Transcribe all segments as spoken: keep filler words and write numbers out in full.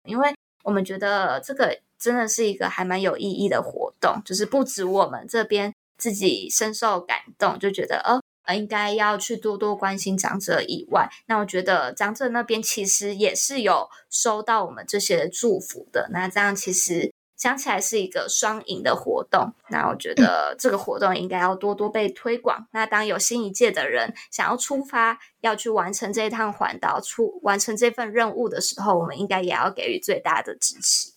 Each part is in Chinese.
因为我们觉得这个真的是一个还蛮有意义的活动，就是不止我们这边自己深受感动，就觉得哦呃，应该要去多多关心长者以外，那我觉得长者那边其实也是有收到我们这些的祝福的，那这样其实想起来是一个双赢的活动，那我觉得这个活动应该要多多被推广。那当有新一届的人想要出发要去完成这一趟环岛，出完成这份任务的时候，我们应该也要给予最大的支持。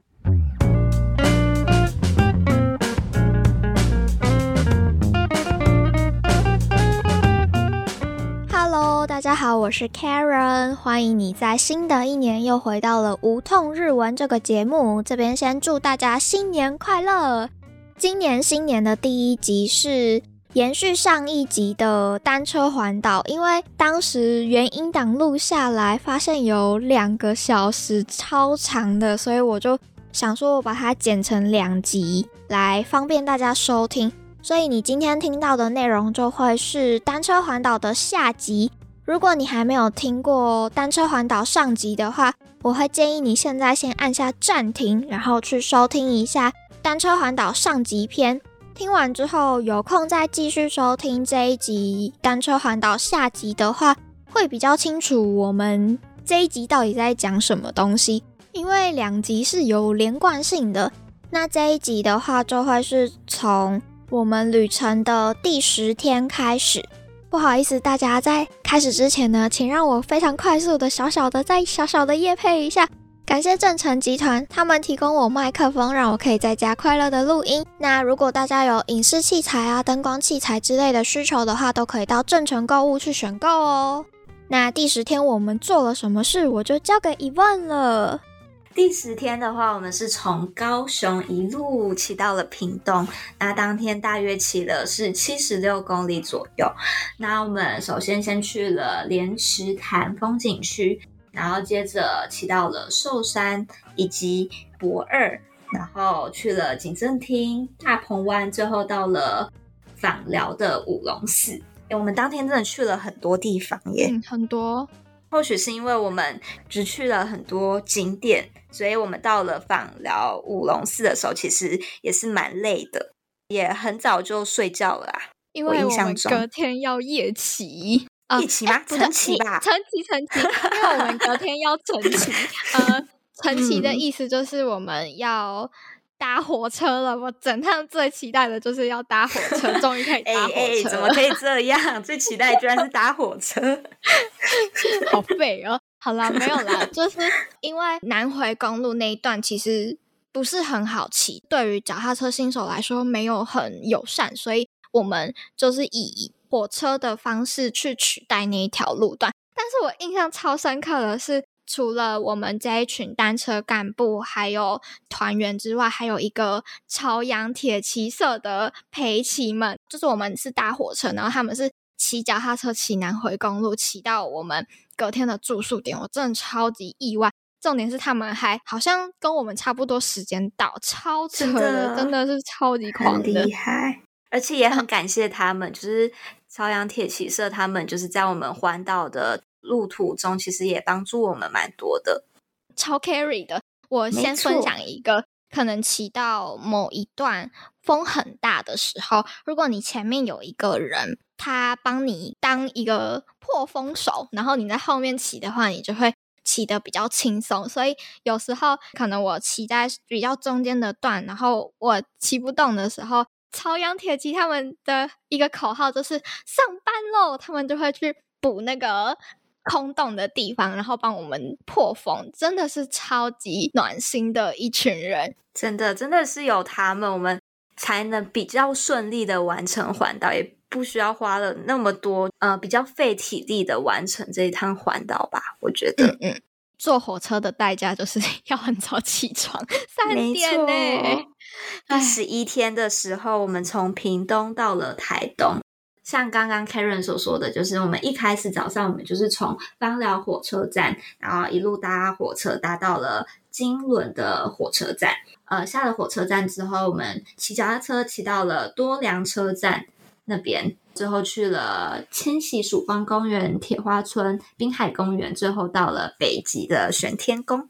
Hello， 大家好，我是 Karen， 欢迎你在新的一年又回到了无痛日文这个节目。这边先祝大家新年快乐！今年新年的第一集是延续上一集的单车环岛，因为当时原音档录下来，发现有两个小时，超长的，所以我就想说我把它剪成两集，来方便大家收听。所以你今天听到的内容就会是单车环岛的下集。如果你还没有听过单车环岛上集的话，我会建议你现在先按下暂停，然后去收听一下单车环岛上集篇。听完之后有空再继续收听这一集单车环岛下集的话，会比较清楚我们这一集到底在讲什么东西，因为两集是有连贯性的。那这一集的话就会是从我们旅程的第十天开始。不好意思，大家在开始之前呢，请让我非常快速的小小的再小小的业配一下，感谢正成集团，他们提供我麦克风，让我可以在家快乐的录音。那如果大家有影视器材啊、灯光器材之类的需求的话，都可以到正成购物去选购哦。那第十天我们做了什么事，我就交给Yvonne了。 第十天的话，我们是从高雄一路骑到了屏东，那当天大约骑了是七十六公里左右。那我们首先先去了莲池潭风景区，然后接着骑到了寿山以及博二，然后去了景政厅、大鹏湾，最后到了枋寮的五龙寺。我们当天真的去了很多地方耶， 嗯，很多。 或许是因为我们只去了很多景点，所以我们到了枋寮五龙寺的时候其实也是蛮累的，也很早就睡觉了啦。 因为我们隔天要夜骑。 夜骑吗？晨骑吧。 晨骑晨骑，因为我们隔天要晨骑。呃，晨骑的意思就是我们要搭火车了，我整趟最期待的就是要搭火车，终于可以搭火车了。哎哎，怎么可以这样？最期待居然是搭火车， 好废哦！好啦，没有啦，就是因为南回公路那一段其实不是很好骑，对于脚踏车新手来说没有很友善，所以我们就是以火车的方式去取代那一条路段。但是我印象超深刻的是，除了我们这一群单车干部还有团员之外，还有一个朝阳铁骑社的陪骑们，就是我们是搭火车，然后他们是骑脚踏车骑南回公路，骑到我们隔天的住宿点，我真的超级意外。重点是他们还好像跟我们差不多时间到，超扯的，真的是超级狂的， 很厉害。而且也很感谢他们，就是朝阳铁骑社他们就是在我们环岛的路途中其实也帮助我们蛮多的， 超 carry 的。我先分享一个，可能骑到某一段风很大的时候，如果你前面有一个人他帮你当一个破风手，然后你在后面骑的话，你就会骑得比较轻松。所以有时候可能我骑在比较中间的段，然后我骑不动的时候，朝阳铁骑他们的一个口号就是上班咯，他们就会去补那个空洞的地方，然后帮我们破风，真的是超级暖心的一群人。 真的真的是有他们，我们才能比较顺利的完成环岛，也不需要花了那么多呃比较费体力的完成这一趟环岛吧，我觉得。 嗯嗯，坐火车的代价就是要很早起床，三点呢。 第十一天的时候，我们从屏东到了台东。像刚刚 Karen 所说的，就是我们一开始早上我们就是从枋寮火车站，然后一路搭火车搭到了金轮的火车站。呃，下了火车站之后，我们骑脚踏车骑到了多良车站那边，之后去了千禧曙光公园、铁花村、滨海公园，最后到了北极的玄天宫。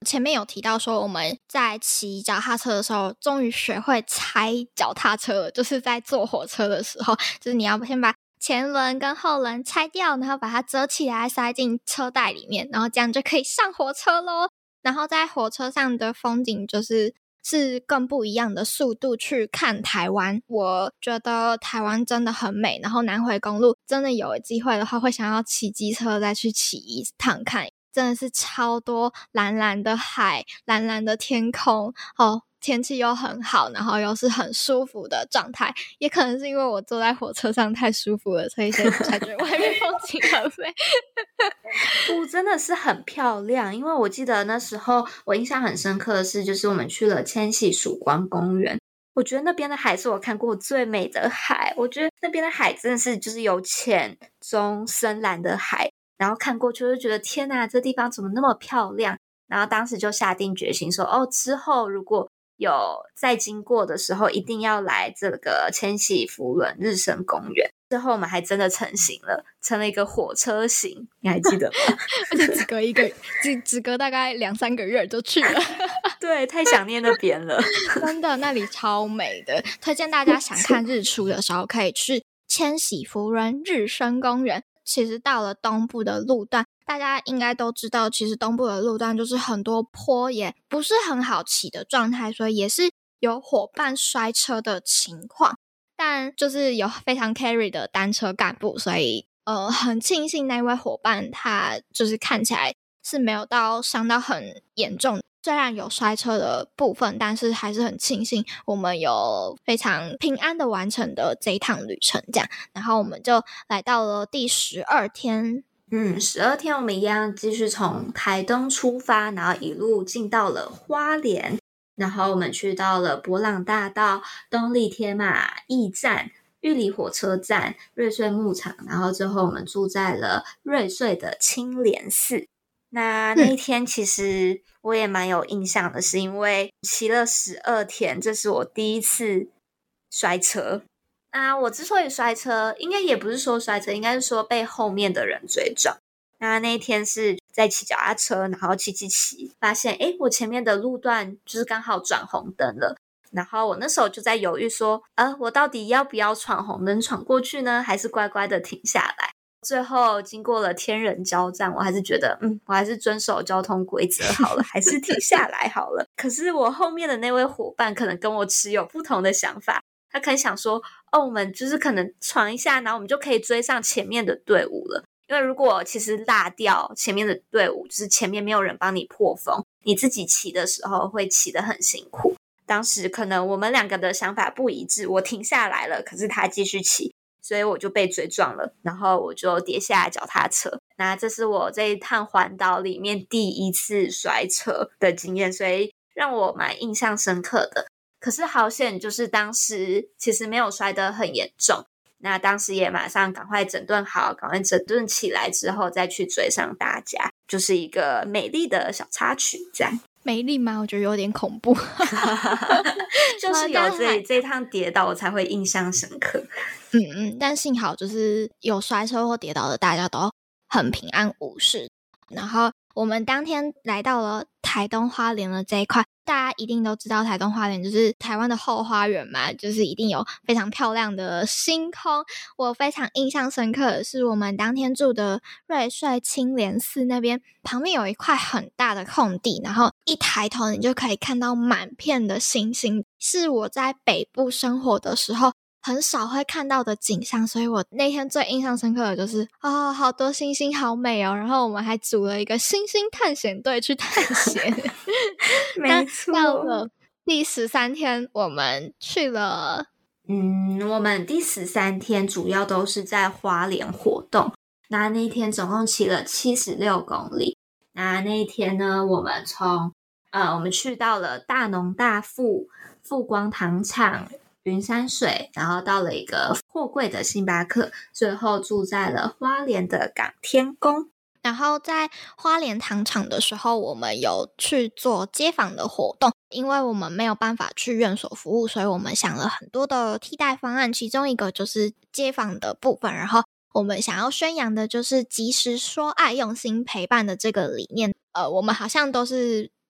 前面有提到说我们在骑脚踏车的时候终于学会拆脚踏车了，就是在坐火车的时候，就是你要先把前轮跟后轮拆掉，然后把它折起来塞进车袋里面，然后这样就可以上火车咯。然后在火车上的风景就是是更不一样的速度去看台湾，我觉得台湾真的很美，然后南回公路真的有机会的话会想要骑机车再去骑一趟看，真的是超多蓝蓝的海，蓝蓝的天空哦，天气又很好，然后又是很舒服的状态，也可能是因为我坐在火车上太舒服了，所以现在才觉得外面风景很美。 不，真的是很漂亮，因为我记得那时候我印象很深刻的是，就是我们去了千禧曙光公园，我觉得那边的海是我看过最美的海，我觉得那边的海真的是就是有浅中深蓝的海，然后看过去就觉得天哪，这地方怎么那么漂亮，然后当时就下定决心说哦，之后如果有再经过的时候一定要来这个千禧福伦日升公园。之后我们还真的成行了，成了一个火车行，你还记得吗？ 而且只隔一个只只隔大概两三个月就去了。 对，太想念那边了。 真的那里超美的，推荐大家想看日出的时候可以去千禧福伦日升公园。其实到了东部的路段，大家应该都知道，其实东部的路段就是很多坡，也不是很好骑的状态，所以也是有伙伴摔车的情况，但就是有非常 carry 的单车干部，所以呃，很庆幸那位伙伴他就是看起来是没有到伤到很严重，虽然有摔车的部分，但是还是很庆幸我们有非常平安的完成的这一趟旅程这样。然后我们就来到了第十二天。 嗯，十二天我们一样继续从台东出发，然后一路进到了花莲，然后我们去到了伯朗大道、东丽铁马驿站、玉里火车站、瑞穗牧场，然后最后我们住在了瑞穗的青莲寺。那那一天其实我也蛮有印象的，是因为骑了十二天，这是我第一次摔车。那我之所以摔车，应该也不是说摔车，应该是说被后面的人追撞。那那一天是在骑脚踏车，然后骑骑骑，发现诶我前面的路段就是刚好转红灯了，然后我那时候就在犹豫说，呃，我到底要不要闯红灯闯过去呢，还是乖乖的停下来？最后经过了天人交战，我还是觉得嗯，我还是遵守交通规则好了，还是停下来好了。可是我后面的那位伙伴可能跟我持有不同的想法，他可能想说哦，我们就是可能闯一下，然后我们就可以追上前面的队伍了。因为如果其实落掉前面的队伍，就是前面没有人帮你破风，你自己骑的时候会骑得很辛苦。当时可能我们两个的想法不一致，我停下来了，可是他继续骑，所以我就被追撞了，然后我就跌下脚踏车。那这是我这一趟环岛里面第一次摔车的经验，所以让我蛮印象深刻的。可是好险，就是当时其实没有摔得很严重，那当时也马上赶快整顿好，赶快整顿起来之后再去追上大家，就是一个美丽的小插曲这样。 美丽吗？我觉得有点恐怖。 就是有这这一趟跌倒我才会印象深刻。 嗯嗯，但幸好就是有摔车或跌倒的大家都很平安无事。然后我们当天来到了台东花莲的这一块，大家一定都知道台东花莲就是台湾的后花园嘛，就是一定有非常漂亮的星空。我非常印象深刻的是我们当天住的瑞穗青莲寺那边旁边有一块很大的空地，然后一抬头你就可以看到满片的星星，是我在北部生活的时候很少会看到的景象，所以我那天最印象深刻的就是啊、哦，好多星星好美哦，然后我们还组了一个星星探险队去探险。 没错。 到了第十三天我们去了嗯，我们第十三天主要都是在花莲活动，那那一天总共骑了七十六公里。那那一天呢，我们从呃我们去到了大农大富、富光糖厂、云山水，然后到了一个货柜的星巴克，最后住在了花莲的港天宫。 然后在花莲糖厂的时候，我们有去做街访的活动，因为我们没有办法去院所服务，所以我们想了很多的替代方案，其中一个就是街访的部分。然后我们想要宣扬的就是及时说爱、用心陪伴的这个理念。呃，我们好像都是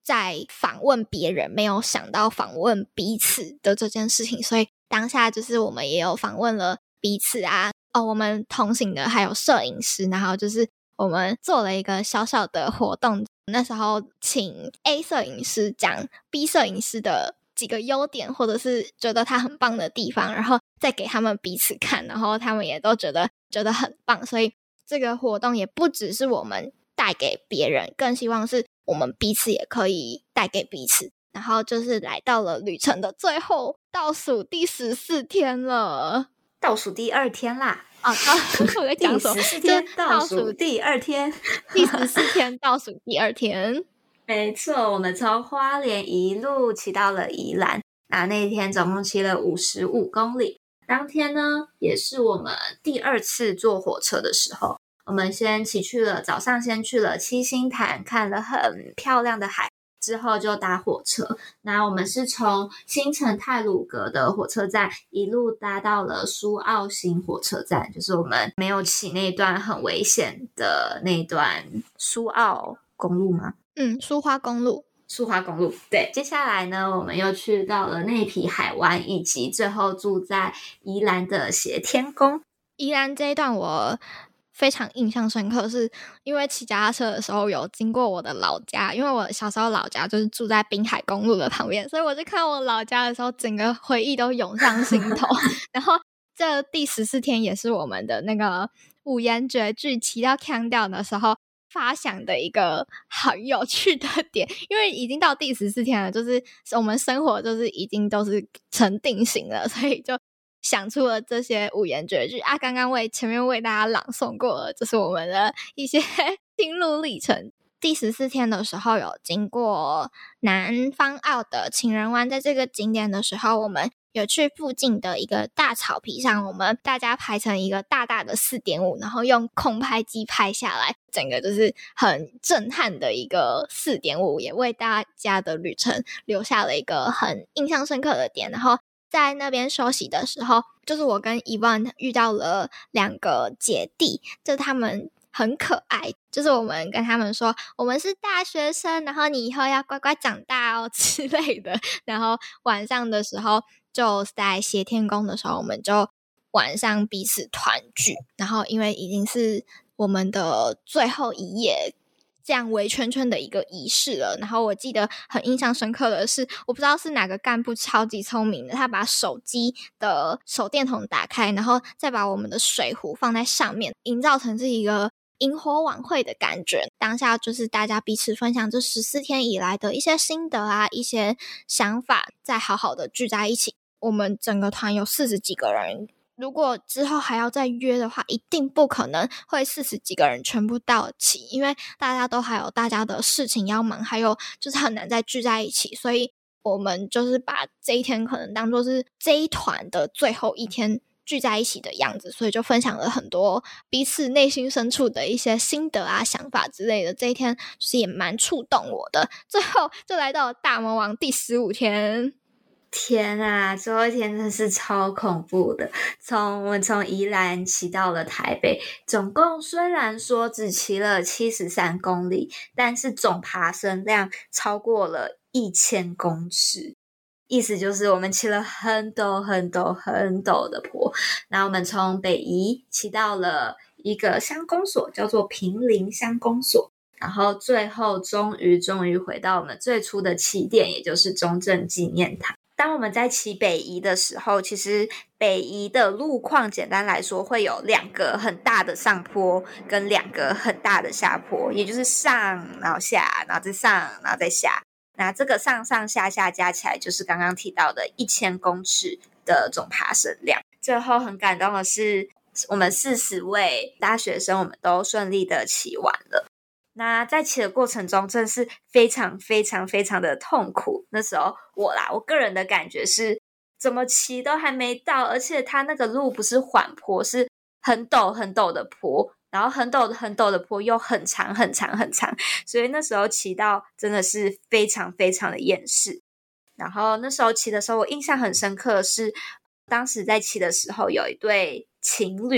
在访问别人，没有想到访问彼此的这件事情，所以当下就是我们也有访问了彼此啊。哦，我们同行的还有摄影师，然后就是我们做了一个小小的活动，那时候请 A 摄影师讲 B 摄影师的几个优点，或者是觉得他很棒的地方，然后再给他们彼此看，然后他们也都觉得觉得很棒。所以这个活动也不只是我们带给别人，更希望是我们彼此也可以带给彼此。然后就是来到了旅程的最后，倒数第十四天了， 倒数第二天啦。 啊、哦，我在讲什么？ 第十四天倒数第二天， 第十四天倒数第二天。 没错，我们从花莲一路骑到了宜兰，那那一天总共骑了五十五公里。当天呢，也是我们第二次坐火车的时候，我们先骑去了，早上先去了七星潭，看了很漂亮的海，之后就搭火车。那我们是从新城太鲁阁的火车站一路搭到了苏澳新火车站，就是我们没有骑那段很危险的那段苏澳公路吗？ 嗯，苏花公路。 苏花公路，对。接下来呢，我们又去到了内埤海湾，以及最后住在宜兰的协天宫。 宜兰这一段我非常印象深刻，是因为骑脚踏车的时候有经过我的老家，因为我小时候老家就是住在滨海公路的旁边，所以我就看我老家的时候，整个回忆都涌上心头。然后这第十四天也是我们的那个五言绝句骑到腔调的时候发想的一个很有趣的点，因为已经到第十四天了，就是我们生活就是已经都是成定型了，所以就想出了这些五言绝句啊。刚刚为前面为大家朗诵过了，这是我们的一些心路历程。第十四天的时候有经过南方澳的情人湾，在这个景点的时候，我们有去附近的一个大草皮上，我们大家排成一个大大的 四点五， 然后用空拍机拍下来，整个就是很震撼的一个 四点五， 也为大家的旅程留下了一个很印象深刻的点。然后在那边休息的时候，就是我跟 Yvonne 遇到了两个姐弟，就他们很可爱，就是我们跟他们说我们是大学生，然后你以后要乖乖长大哦之类的。然后晚上的时候就在协天宫的时候，我们就晚上彼此团聚，然后因为已经是我们的最后一夜这样围圈圈的一个仪式了。然后我记得很印象深刻的是，我不知道是哪个干部超级聪明的，他把手机的手电筒打开，然后再把我们的水壶放在上面，营造成是一个萤火晚会的感觉。当下就是大家彼此分享这十四天以来的一些心得啊，一些想法，再好好的聚在一起。我们整个团有四十几个人，如果之后还要再约的话，一定不可能会四十几个人全部到齐，因为大家都还有大家的事情要忙，还有就是很难再聚在一起。所以我们就是把这一天可能当作是这一团的最后一天聚在一起的样子，所以就分享了很多彼此内心深处的一些心得啊、想法之类的。这一天就是也蛮触动我的。最后就来到了大魔王第十五天。 天啊，最后一天真的是超恐怖的。从我们从宜兰骑到了台北，总共虽然说只骑了七十三公里，但是总爬升量超过了一千公尺。意思就是我们骑了很陡很陡很陡的坡。那我们从北宜骑到了一个乡公所，叫做平林乡公所，然后最后终于终于回到我们最初的起点，也就是中正纪念堂。当我们在骑北宜的时候，其实北宜的路况简单来说会有两个很大的上坡跟两个很大的下坡，也就是上然后下然后再上然后再下。那这个上上下下加起来就是刚刚提到的一千公尺的总爬升量。最后很感动的是，我们四十位大学生我们都顺利的骑完了。那在骑的过程中真的是非常非常非常的痛苦。那时候我啦，我个人的感觉是怎么骑都还没到，而且它那个路不是缓坡，是很陡很陡的坡，然后很陡很陡的坡又很长很长很长，所以那时候骑到真的是非常非常的厌世。然后那时候骑的时候我印象很深刻的是，当时在骑的时候有一对情侣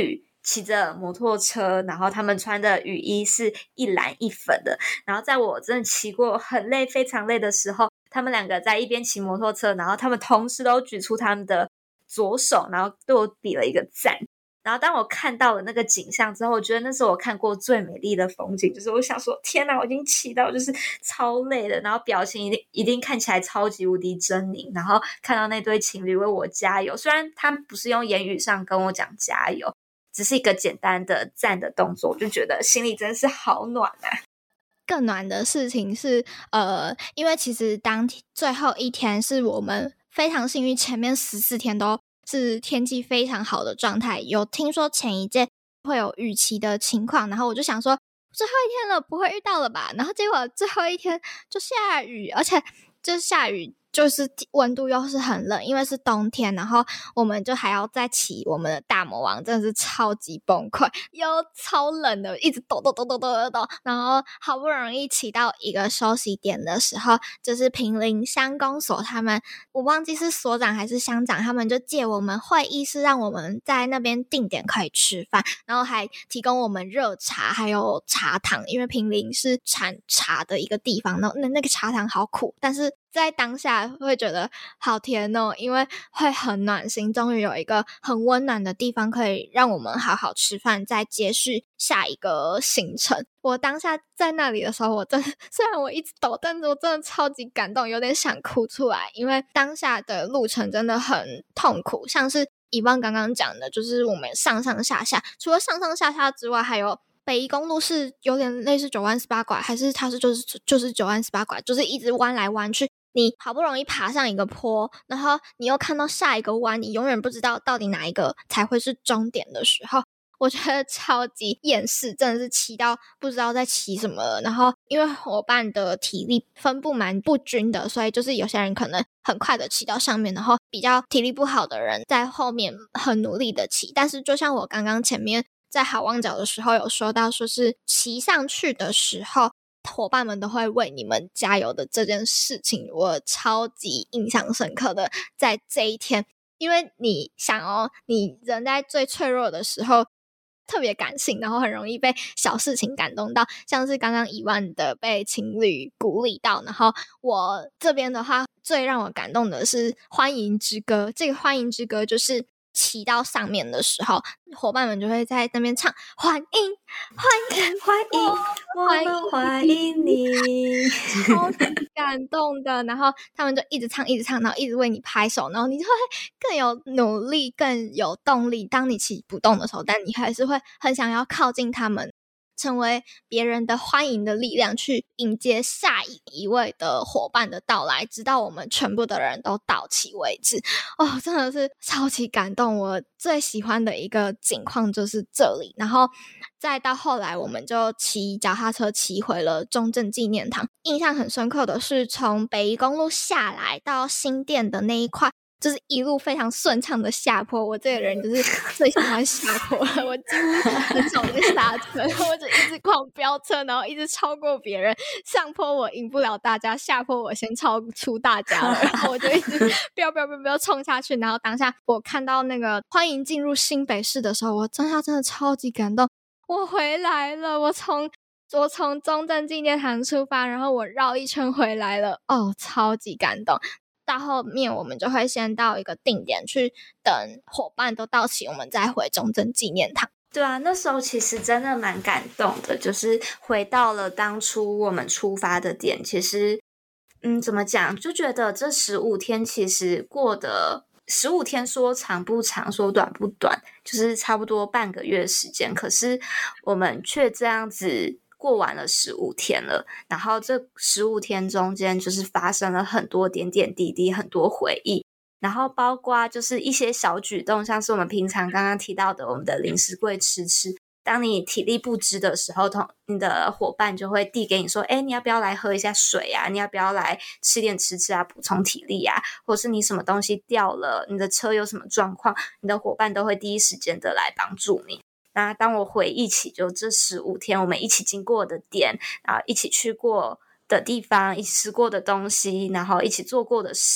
骑着摩托车，然后他们穿的雨衣是一蓝一粉的，然后在我真的骑过很累非常累的时候，他们两个在一边骑摩托车，然后他们同时都举出他们的左手，然后对我比了一个赞。然后当我看到了那个景象之后，我觉得那是我看过最美丽的风景，就是我想说天哪，我已经骑到就是超累了，然后表情一定一定看起来超级无敌狰狞，然后看到那对情侣为我加油，虽然他们不是用言语上跟我讲加油，只是一个简单的赞的动作，我就觉得心里真是好暖啊。 更暖的事情是呃，因为其实当最后一天是我们非常幸运，前面十四天都是天气非常好的状态，有听说前一届会有雨期的情况，然后我就想说最后一天了不会遇到了吧，然后结果最后一天就下雨，而且就下雨就是温度又是很冷，因为是冬天，然后我们就还要再骑我们的大魔王，真的是超级崩溃，又超冷的，一直抖抖抖抖抖抖抖，然后好不容易骑到一个休息点的时候，就是坪林乡公所他们，我忘记是所长还是乡长，他们就借我们会议室，让我们在那边定点可以吃饭，然后还提供我们热茶还有茶糖，因为坪林是产茶的一个地方，那那个茶糖好苦，但是在当下会觉得好甜哦，因为会很暖心，终于有一个很温暖的地方可以让我们好好吃饭，再接续下一个行程。我当下在那里的时候，我真的虽然我一直抖，但是我真的超级感动，有点想哭出来，因为当下的路程真的很痛苦，像是以往刚刚讲的，就是我们上上下下，除了上上下下之外，还有北宜公路是有点类似九弯十八拐，还是它是就是就是九弯十八拐，就是一直弯来弯去，你好不容易爬上一个坡，然后你又看到下一个弯，你永远不知道到底哪一个才会是终点的时候，我觉得超级厌世，真的是骑到不知道在骑什么了。然后因为伙伴的体力分布蛮不均的，所以就是有些人可能很快的骑到上面，然后比较体力不好的人在后面很努力的骑。但是就像我刚刚前面在好望角的时候有说到，说是骑上去的时候伙伴们都会为你们加油的这件事情，我超级印象深刻的在这一天。因为你想哦，你人在最脆弱的时候特别感性，然后很容易被小事情感动到，像是刚刚一万的被情侣鼓励到，然后我这边的话最让我感动的是欢迎之歌。这个欢迎之歌就是骑到上面的时候，伙伴们就会在那边唱欢迎欢迎欢迎我们欢迎你， 超级感动的。然后他们就一直唱一直唱，然后一直为你拍手，然后你就会更有努力更有动力，当你骑不动的时候，但你还是会很想要靠近他们，成为别人的欢迎的力量，去迎接下一位的伙伴的到来，直到我们全部的人都到齐为止。哦，真的是超级感动，我最喜欢的一个景况就是这里。然后再到后来我们就骑脚踏车骑回了中正纪念堂，印象很深刻的是从北宜公路下来到新店的那一块，就是一路非常顺畅的下坡，我这个人就是最喜欢下坡了，我几乎很少在刹车，我就一直狂飙车，然后一直超过别人。上坡我赢不了大家，下坡我先超出大家了，然后我就一直飙飙飙飙冲下去。然后当下我看到那个欢迎进入新北市的时候，我当下真的超级感动，我回来了，我从我从中正纪念堂出发，然后我绕一圈回来了，哦，超级感动。到后面我们就会先到一个定点去等伙伴都到齐，我们再回中正纪念堂。 对啊，那时候其实真的蛮感动的，就是回到了当初我们出发的点。其实嗯，怎么讲，就觉得这十五天其实过得十五天说长不长说短不短，就是差不多半个月时间，可是我们却这样子过完了十五天了，然后这十五天中间就是发生了很多点点滴滴，很多回忆，然后包括就是一些小举动，像是我们平常刚刚提到的我们的零食柜吃吃，当你体力不支的时候，同你的伙伴就会递给你说，诶，你要不要来喝一下水啊，你要不要来吃点吃吃啊，补充体力啊，或是你什么东西掉了，你的车有什么状况，你的伙伴都会第一时间的来帮助你。那当我回忆起就这十五天我们一起经过的点，然后一起去过的地方，一起吃过的东西，然后一起做过的事，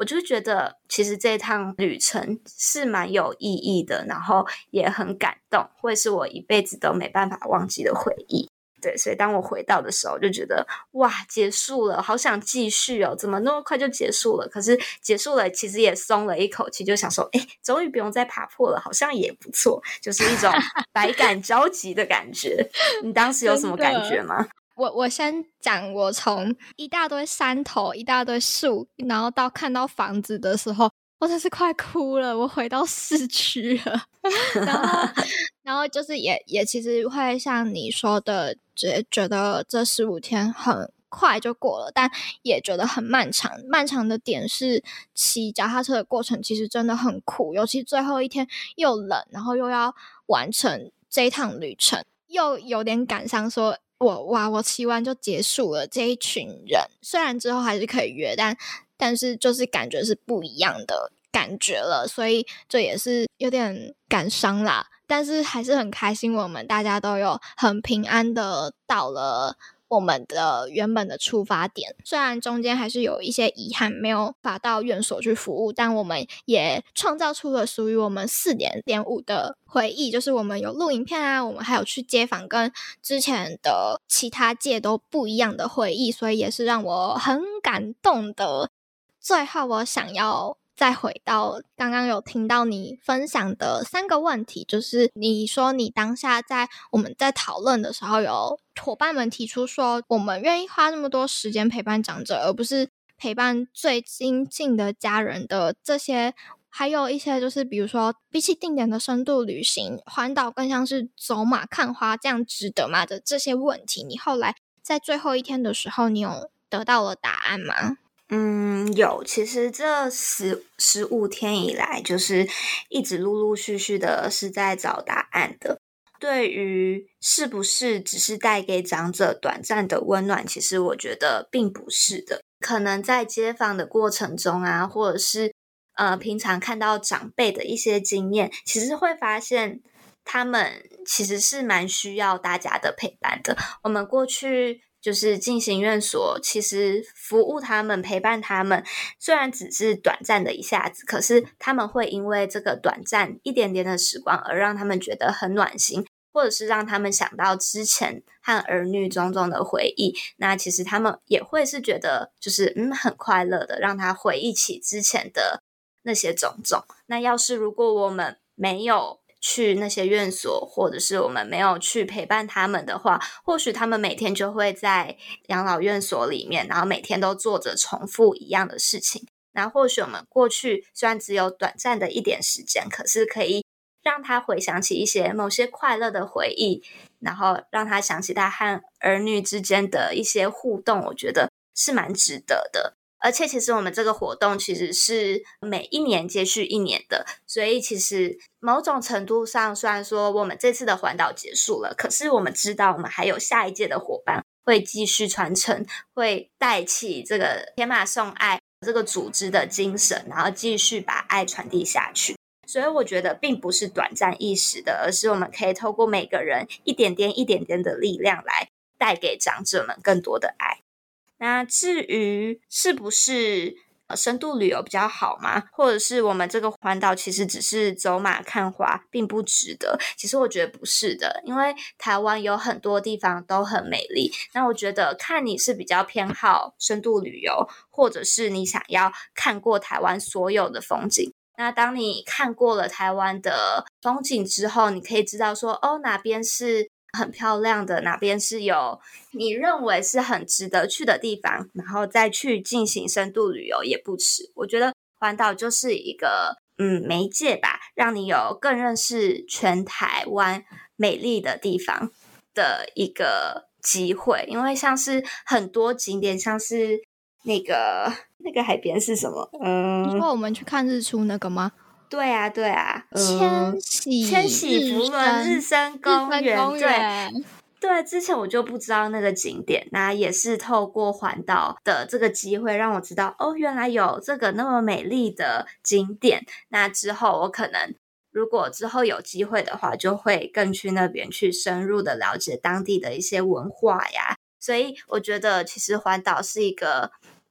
我就觉得其实这一趟旅程是蛮有意义的，然后也很感动，会是我一辈子都没办法忘记的回忆。对，所以当我回到的时候就觉得哇，结束了，好想继续哦，怎么那么快就结束了？可是结束了其实也松了一口气，就想说诶，终于不用再爬坡了，好像也不错，就是一种百感交集的感觉。你当时有什么感觉吗？ 我我先讲，我从一大堆山头一大堆树然后到看到房子的时候，我真是快哭了，我回到市区了然后然后就是也也其实会像你说的觉觉得这十五天很快就过了，但也觉得很漫长。漫长的点是骑脚踏车的过程其实真的很苦，尤其最后一天又冷，然后又要完成这一趟旅程，又有点感伤说我哇我骑完就结束了，这一群人虽然之后还是可以约，但但是就是感觉是不一样的感觉了，所以这也是有点感伤啦，但是还是很开心我们大家都有很平安的到了我们的原本的出发点，虽然中间还是有一些遗憾没有法到院所去服务，但我们也创造出了属于我们四点点五的回忆，就是我们有录影片啊，我们还有去街访跟之前的其他届都不一样的回忆，所以也是让我很感动的。最后我想要再回到刚刚有听到你分享的三个问题，就是你说你当下在我们在讨论的时候，有伙伴们提出说我们愿意花那么多时间陪伴长者，而不是陪伴最亲近的家人的这些，还有一些就是比如说比起定点的深度旅行，环岛更像是走马看花，这样值得吗的这些问题，你后来在最后一天的时候你有得到了答案吗？ 嗯，有。其实这十十五天以来，就是一直陆陆续续的是在找答案的。对于是不是只是带给长者短暂的温暖，其实我觉得并不是的。可能在街访的过程中啊，或者是呃平常看到长辈的一些经验，其实会发现他们其实是蛮需要大家的陪伴的。我们过去就是进行院所，其实服务他们陪伴他们，虽然只是短暂的一下子，可是他们会因为这个短暂一点点的时光而让他们觉得很暖心，或者是让他们想到之前和儿女种种的回忆，那其实他们也会是觉得就是嗯很快乐的，让他回忆起之前的那些种种。那要是如果我们没有去那些院所，或者是我们没有去陪伴他们的话，或许他们每天就会在养老院所里面，然后每天都做着重复一样的事情。那或许我们过去虽然只有短暂的一点时间，可是可以让他回想起一些某些快乐的回忆，然后让他想起他和儿女之间的一些互动，我觉得是蛮值得的。而且其实我们这个活动其实是每一年接续一年的，所以其实某种程度上，虽然说我们这次的环岛结束了，可是我们知道我们还有下一届的伙伴会继续传承，会带起这个铁马送爱这个组织的精神，然后继续把爱传递下去。所以我觉得并不是短暂一时的，而是我们可以透过每个人一点点一点点的力量来带给长者们更多的爱。那至于是不是深度旅游比较好吗？或者是我们这个环岛其实只是走马看花并不值得，其实我觉得不是的，因为台湾有很多地方都很美丽。那我觉得看你是比较偏好深度旅游，或者是你想要看过台湾所有的风景。那当你看过了台湾的风景之后，你可以知道说哦，哪边是很漂亮的，哪边是有你认为是很值得去的地方，然后再去进行深度旅游也不迟。我觉得环岛就是一个嗯媒介吧，让你有更认识全台湾美丽的地方的一个机会。因为像是很多景点，像是那个那个海边是什么？嗯， 你说我们去看日出那个吗？ 对啊对啊， 千禧千禧福伦日升公园， 公园对对，之前我就不知道那个景点，那也是透过环岛的这个机会让我知道哦，原来有这个那么美丽的景点。那之后我可能如果之后有机会的话，就会更去那边去深入的了解当地的一些文化呀。所以我觉得其实环岛是一个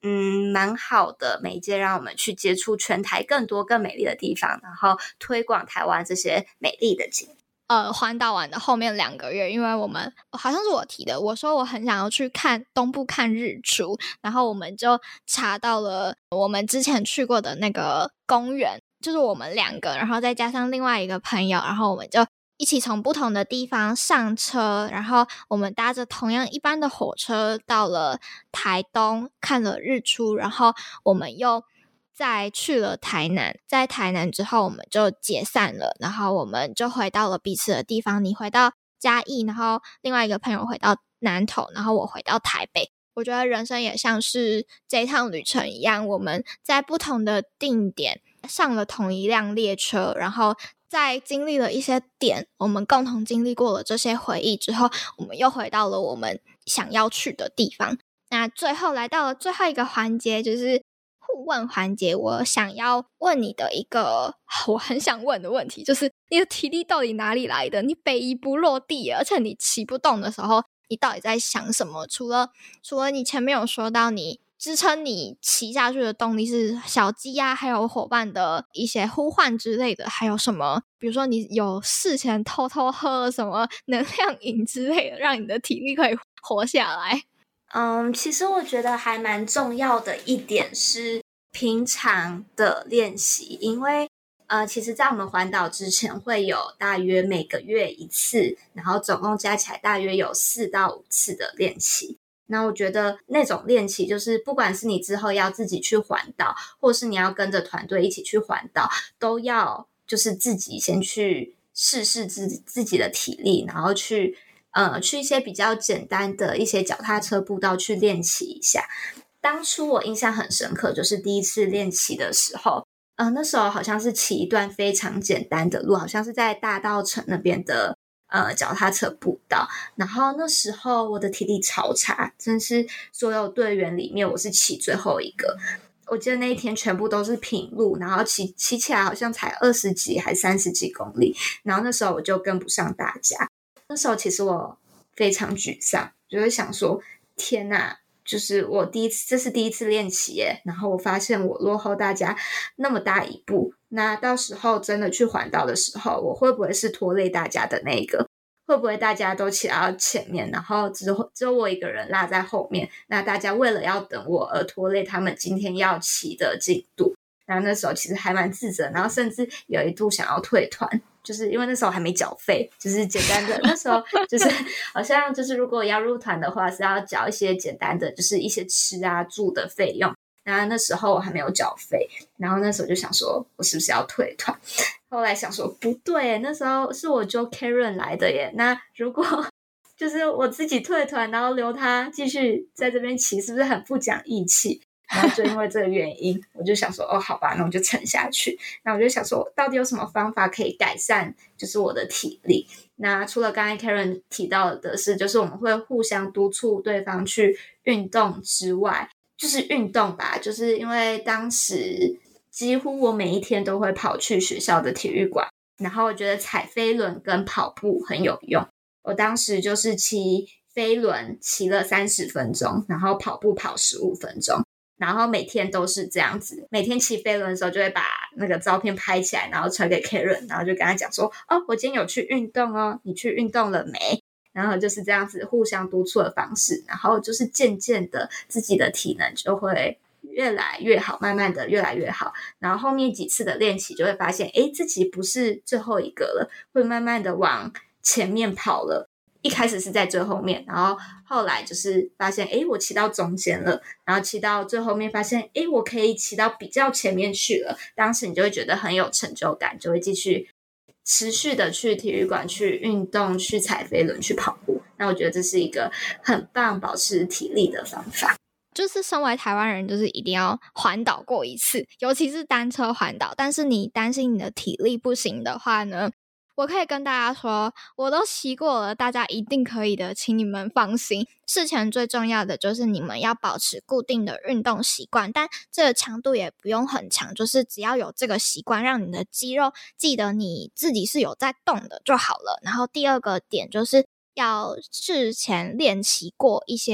嗯蛮好的媒介，让我们去接触全台更多更美丽的地方，然后推广台湾这些美丽的景。 呃，环岛完的后面两个月，因为我们好像是我提的，我说我很想要去看东部看日出，然后我们就查到了我们之前去过的那个公园，就是我们两个，然后再加上另外一个朋友，然后我们就一起从不同的地方上车，然后我们搭着同样一班的火车到了台东看了日出，然后我们又再去了台南，在台南之后我们就解散了，然后我们就回到了彼此的地方，你回到嘉义，然后另外一个朋友回到南投，然后我回到台北。我觉得人生也像是这趟旅程一样，我们在不同的定点上了同一辆列车，然后在经历了一些点，我们共同经历过了这些回忆之后，我们又回到了我们想要去的地方。那最后来到了最后一个环节，就是互问环节。我想要问你的一个我很想问的问题，就是你的体力到底哪里来的？你北移不落地，而且你骑不动的时候，你到底在想什么？除了除了你前面有说到你支撑你骑下去的动力是小鸡啊，还有伙伴的一些呼唤之类的，还有什么？比如说你有事前偷偷喝了什么能量饮之类的，让你的体力可以活下来？ 嗯，其实我觉得还蛮重要的一点是平常的练习，因为呃，其实在我们环岛之前会有大约每个月一次，然后总共加起来大约有四到五次的练习。那我觉得那种练习就是不管是你之后要自己去环岛，或是你要跟着团队一起去环岛，都要就是自己先去试试自自己的体力，然后去呃去一些比较简单的一些脚踏车步道去练习一下。当初我印象很深刻，就是第一次练习的时候，呃，那时候好像是骑一段非常简单的路，好像是在大稻埕那边的呃脚踏车步道，然后那时候我的体力超差，真是所有队员里面我是骑最后一个。我记得那一天全部都是平路，然后骑骑起来好像才二十几还三十几公里，然后那时候我就跟不上大家。那时候其实我非常沮丧，就会想说天哪，就是我第一次，这是第一次练习耶，然后我发现我落后大家那么大一步，那到时候真的去环岛的时候，我会不会是拖累大家的那一个？会不会大家都骑到前面，然后只有只有我一个人落在后面？那大家为了要等我而拖累他们今天要骑的进度。然后那时候其实还蛮自责，然后甚至有一度想要退团，就是因为那时候还没缴费，就是简单的那时候就是好像就是如果要入团的话是要缴一些简单的就是一些吃啊住的费用，然后那时候我还没有缴费，然后那时候就想说我是不是要退团，后来想说不对，那时候是我揪 Karen 来的耶，那如果就是我自己退团然后留他继续在这边骑，是不是很不讲义气？然后就因为这个原因我就想说哦好吧，那我就撑下去。那我就想说到底有什么方法可以改善就是我的体力。那除了刚才 Karen 提到的是就是我们会互相督促对方去运动之外，就是运动吧，就是因为当时几乎我每一天都会跑去学校的体育馆，然后我觉得踩飞轮跟跑步很有用。我当时就是骑飞轮骑了三十分钟，然后跑步跑十五分钟，然后每天都是这样子，每天骑飞轮的时候就会把那个照片拍起来，然后传给 Karen， 然后就跟他讲说哦我今天有去运动哦，你去运动了没？然后就是这样子互相督促的方式，然后就是渐渐的自己的体能就会越来越好，慢慢的越来越好，然后后面几次的练习就会发现诶自己不是最后一个了，会慢慢的往前面跑了。一开始是在最后面，然后后来就是发现诶我骑到中间了，然后骑到最后面发现诶我可以骑到比较前面去了，当时你就会觉得很有成就感，就会继续持续的去体育馆去运动，去踩飞轮，去跑步。那我觉得这是一个很棒保持体力的方法。 就是身为台湾人就是一定要环岛过一次，尤其是单车环岛，但是你担心你的体力不行的话呢，我可以跟大家说我都骑过了，大家一定可以的，请你们放心。事前最重要的就是你们要保持固定的运动习惯，但这个强度也不用很强，就是只要有这个习惯，让你的肌肉记得你自己是有在动的就好了。然后第二个点就是要事前练习过一些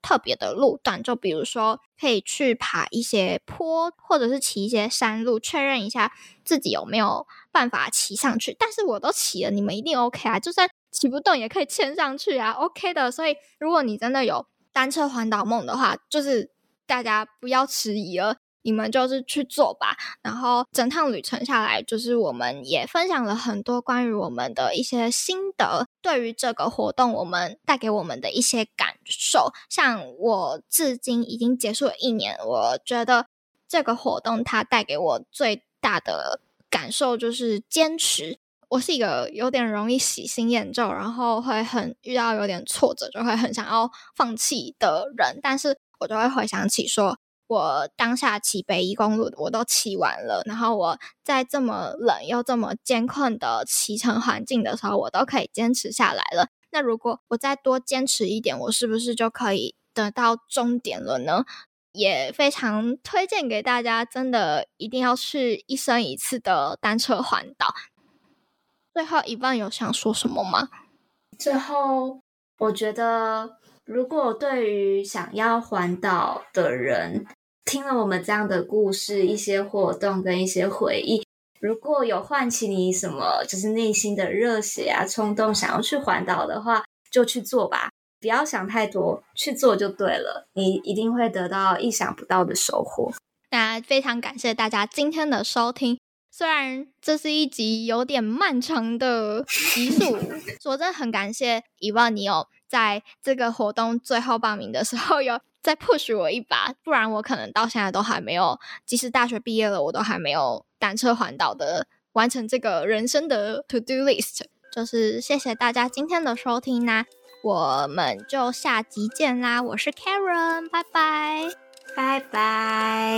特别的路段，就比如说可以去爬一些坡，或者是骑一些山路，确认一下自己有没有办法骑上去。但是我都骑了，你们一定 OK 啊，就算骑不动也可以牵上去啊 OK 的。所以如果你真的有单车环岛梦的话，就是大家不要迟疑了，你们就是去做吧。然后整趟旅程下来，就是我们也分享了很多关于我们的一些心得，对于这个活动我们带给我们的一些感受。像我至今已经结束了一年，我觉得这个活动它带给我最大的感受就是坚持。我是一个有点容易喜新厌旧，然后会很遇到有点挫折就会很想要放弃的人，但是我就会回想起说我当下骑北宜公路我都骑完了，然后我在这么冷又这么艰困的骑乘环境的时候我都可以坚持下来了，那如果我再多坚持一点，我是不是就可以得到终点了呢？也非常推荐给大家，真的一定要去一生一次的单车环岛。最后一半有想说什么吗？ 最后我觉得如果对于想要环岛的人听了我们这样的故事，一些活动跟一些回忆，如果有唤起你什么就是内心的热血啊冲动想要去环岛的话，就去做吧，不要想太多，去做就对了，你一定会得到意想不到的收获。 那非常感谢大家今天的收听，虽然这是一集有点漫长的集数，我真的很感谢以往你有在这个活动最后报名的时候有再 push 我一把，不然我可能到现在都还没有，即使大学毕业了我都还没有单车环岛的完成这个人生的 to do list。 就是谢谢大家今天的收听啦，我们就下集见啦，我是 Karen， 拜拜拜拜。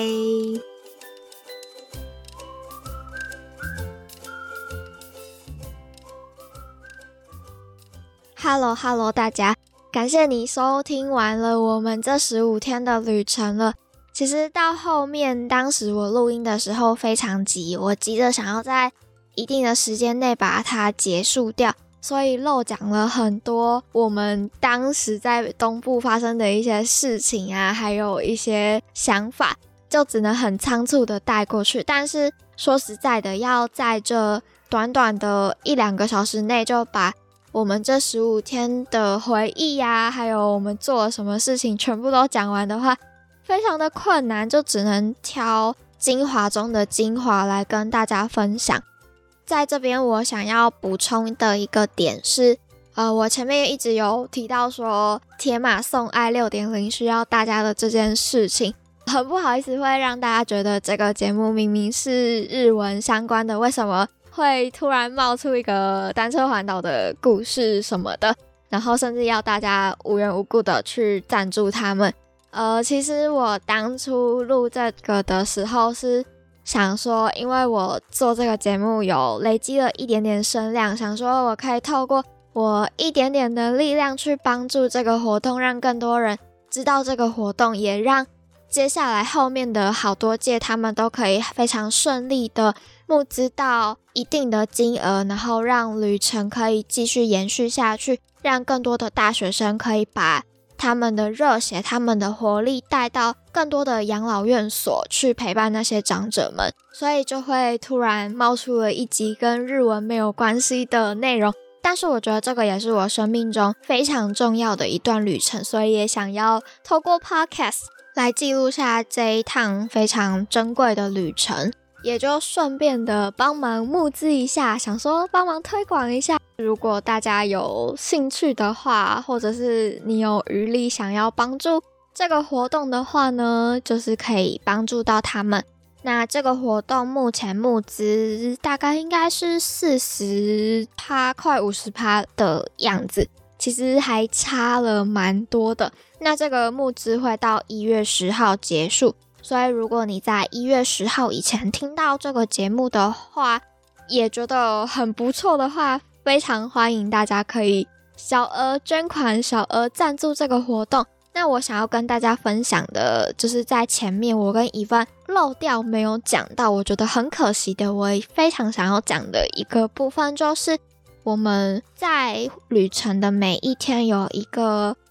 Hello Hello 大家，感谢你收听完了我们这十五天的旅程了。其实到后面当时我录音的时候非常急，我急着想要在一定的时间内把它结束掉，所以漏讲了很多我们当时在东部发生的一些事情啊，还有一些想法，就只能很仓促的带过去。但是说实在的，要在这短短的一两个小时内就把我们这十五天的回忆啊，还有我们做了什么事情全部都讲完的话，非常的困难，就只能挑精华中的精华来跟大家分享。在这边我想要补充的一个点是，呃，我前面一直有提到说铁马送爱 六点零 需要大家的这件事情，很不好意思会让大家觉得这个节目明明是日文相关的，为什么会突然冒出一个单车环岛的故事什么的，然后甚至要大家无缘无故的去赞助他们。呃，其实我当初录这个的时候是想说，因为我做这个节目有累积了一点点声量，想说我可以透过我一点点的力量去帮助这个活动，让更多人知道这个活动，也让接下来后面的好多届他们都可以非常顺利的募资到一定的金额，然后让旅程可以继续延续下去，让更多的大学生可以把他们的热血、他们的活力带到更多的养老院所去陪伴那些长者们，所以就会突然冒出了一集跟日文没有关系的内容。但是我觉得这个也是我生命中非常重要的一段旅程，所以也想要透过 podcast 来记录下这一趟非常珍贵的旅程，也就顺便的帮忙募资一下，想说帮忙推广一下。如果大家有兴趣的话，或者是你有余力想要帮助这个活动的话呢，就是可以帮助到他们。那这个活动目前募资大概应该是 百分之四十 快 百分之五十 的样子，其实还差了蛮多的。那这个募资会到一月十号结束，所以如果你在一月十号以前听到这个节目的话，也觉得很不错的话，非常欢迎大家可以小额捐款、小额赞助这个活动。那我想要跟大家分享的就是在前面我跟伊凡漏掉没有讲到，我觉得很可惜的，我非常想要讲的一个部分，就是我们在旅程的每一天有一个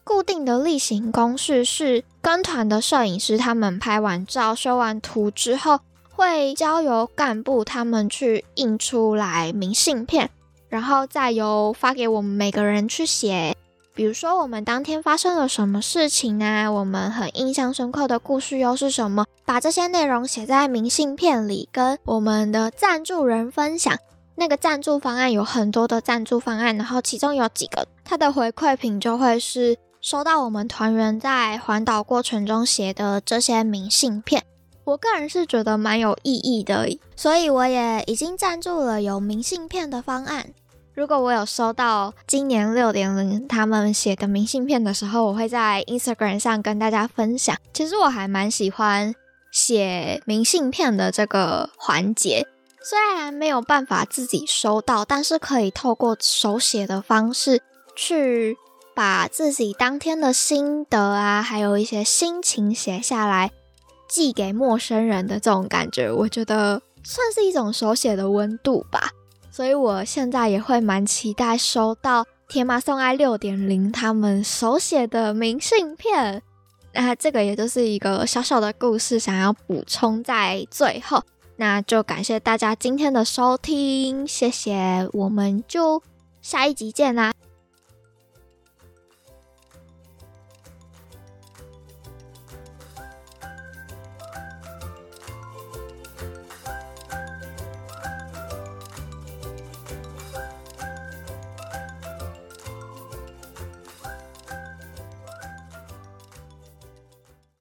固定的例行公事是跟团的摄影师他们拍完照修完图之后，会交由干部他们去印出来明信片，然后再由发给我们每个人去写，比如说我们当天发生了什么事情啊，我们很印象深刻的故事又是什么，把这些内容写在明信片里，跟我们的赞助人分享。那个赞助方案有很多的赞助方案，然后其中有几个它的回馈品就会是收到我们团员在环岛过程中写的这些明信片。我个人是觉得蛮有意义的，所以我也已经赞助了有明信片的方案。如果我有收到今年 六点零 他们写的明信片的时候，我会在 Instagram 上跟大家分享。其实我还蛮喜欢写明信片的这个环节，虽然没有办法自己收到，但是可以透过手写的方式去把自己当天的心得啊，还有一些心情写下来，寄给陌生人的这种感觉，我觉得算是一种手写的温度吧。所以我现在也会蛮期待收到铁马送爱 六点零 他们手写的明信片。那这个也就是一个小小的故事想要补充在最后，那就感谢大家今天的收听，谢谢，我们就下一集见啦。